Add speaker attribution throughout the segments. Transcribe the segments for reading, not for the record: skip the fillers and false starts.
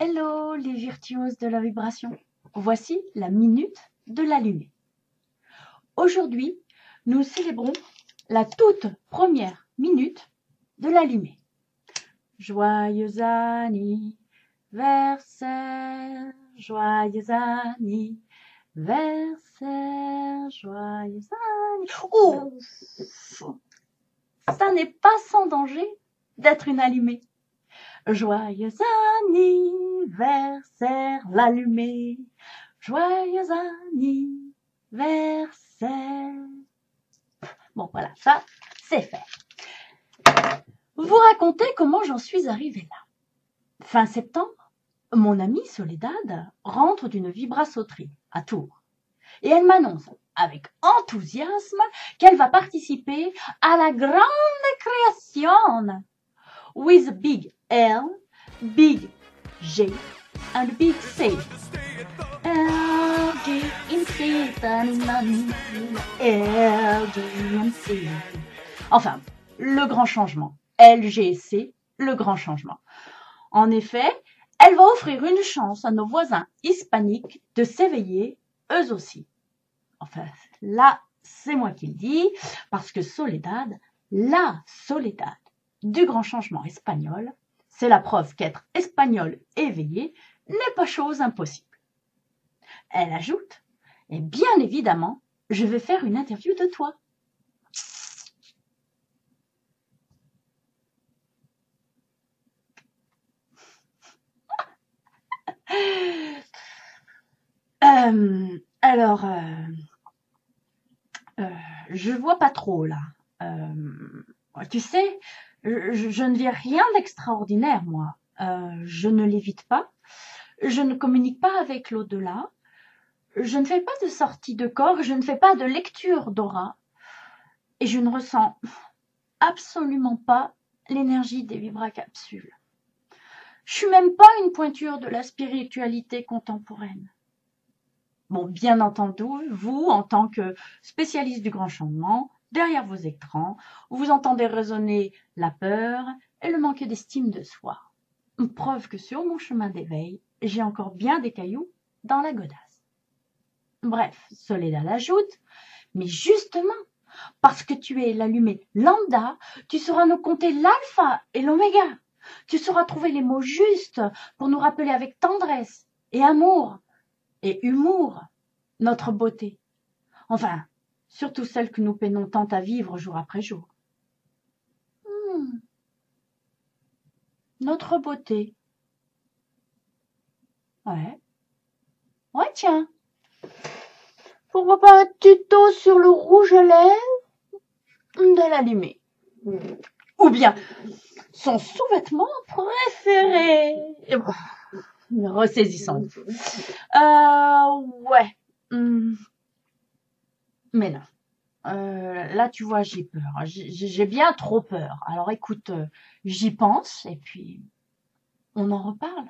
Speaker 1: Hello les virtuoses de la vibration, voici la minute de l'allumé. Aujourd'hui, nous célébrons la toute première minute de l'allumé. Joyeux anniversaire, joyeux anniversaire, joyeux anniversaire. Oh, ça n'est pas sans danger d'être une allumée. Joyeux anniversaire, l'allumé. Joyeux anniversaire. Bon, voilà, ça, c'est fait. Vous racontez comment j'en suis arrivée là. Fin septembre, mon amie Soledad rentre d'une vibrasauterie à Tours. Et elle m'annonce avec enthousiasme qu'elle va participer à la grande création with a big L, big G, and a big C. L, G, and C, L, G, and C. Enfin, le grand changement. LGC, le grand changement. En effet, elle va offrir une chance à nos voisins hispaniques de s'éveiller eux aussi. Enfin, là, c'est moi qui le dis, parce que Soledad, la Soledad du grand changement espagnol, c'est la preuve qu'être espagnol éveillé n'est pas chose impossible. Elle ajoute, et bien évidemment, je vais faire une interview de toi. Je vois pas trop là. Tu sais, je ne vis rien d'extraordinaire, moi. Je ne lévite pas. Je ne communique pas avec l'au-delà. Je ne fais pas de sortie de corps. Je ne fais pas de lecture d'aura. Et je ne ressens absolument pas l'énergie des vibracapsules. Je suis même pas une pointure de la spiritualité contemporaine. Bon, bien entendu, vous, en tant que spécialiste du grand changement, derrière vos écrans, vous entendez résonner la peur et le manque d'estime de soi. Une preuve que sur mon chemin d'éveil, j'ai encore bien des cailloux dans la godasse. Bref, Soledad ajoute, mais justement, parce que tu es l'allumé lambda, tu sauras nous compter l'alpha et l'oméga. Tu sauras trouver les mots justes pour nous rappeler avec tendresse et amour et humour notre beauté. Enfin, surtout celle que nous peinons tant à vivre jour après jour. Notre beauté. Ouais, tiens. Pourquoi pas un tuto sur le rouge à lèvres de l'allumé. Ou bien son sous-vêtement préféré. Ressaisissant. Ouais. Mais non. Là, tu vois, j'ai peur. J'ai bien trop peur. Alors écoute, j'y pense et puis on en reparle.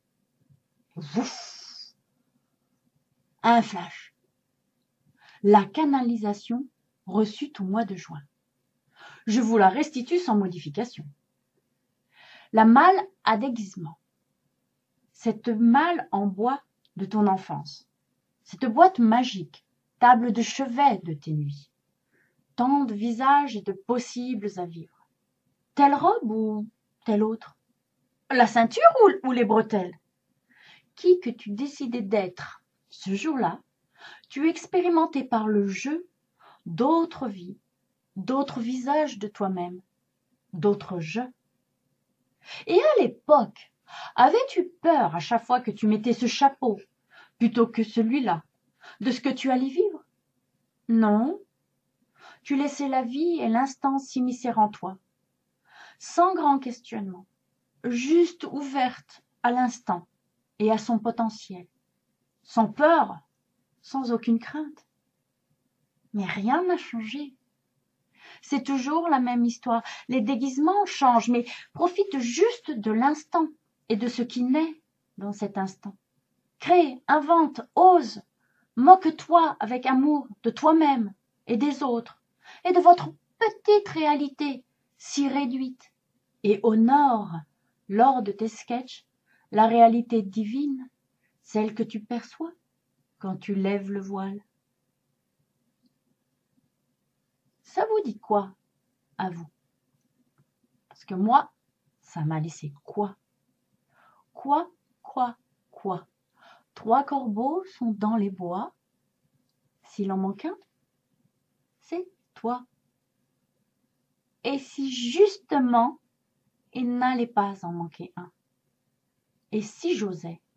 Speaker 1: Ouf. Un flash. La canalisation reçue au mois de juin. Je vous la restitue sans modification. La malle à déguisement. Cette malle en bois de ton enfance. Cette boîte magique, table de chevet de tes nuits. Tant de visages et de possibles à vivre. Telle robe ou telle autre? La ceinture ou les bretelles? Qui que tu décidais d'être ce jour-là, tu expérimentais par le jeu d'autres vies, d'autres visages de toi-même, d'autres jeux. Et à l'époque, avais-tu peur à chaque fois que tu mettais ce chapeau, plutôt que celui-là, de ce que tu allais vivre? Non, tu laissais la vie et l'instant s'immiscer en toi, sans grand questionnement, juste ouverte à l'instant et à son potentiel, sans peur, sans aucune crainte. Mais rien n'a changé. C'est toujours la même histoire. Les déguisements changent, mais profite juste de l'instant et de ce qui naît dans cet instant. Crée, invente, ose, moque-toi avec amour de toi-même et des autres, et de votre petite réalité si réduite, et honore, lors de tes sketchs, la réalité divine, celle que tu perçois quand tu lèves le voile. Ça vous dit quoi, à vous? Parce que moi, ça m'a laissé quoi? Quoi? 3 corbeaux sont dans les bois. S'il en manque un, c'est toi. Et si justement, il n'allait pas en manquer un? Et si j'osais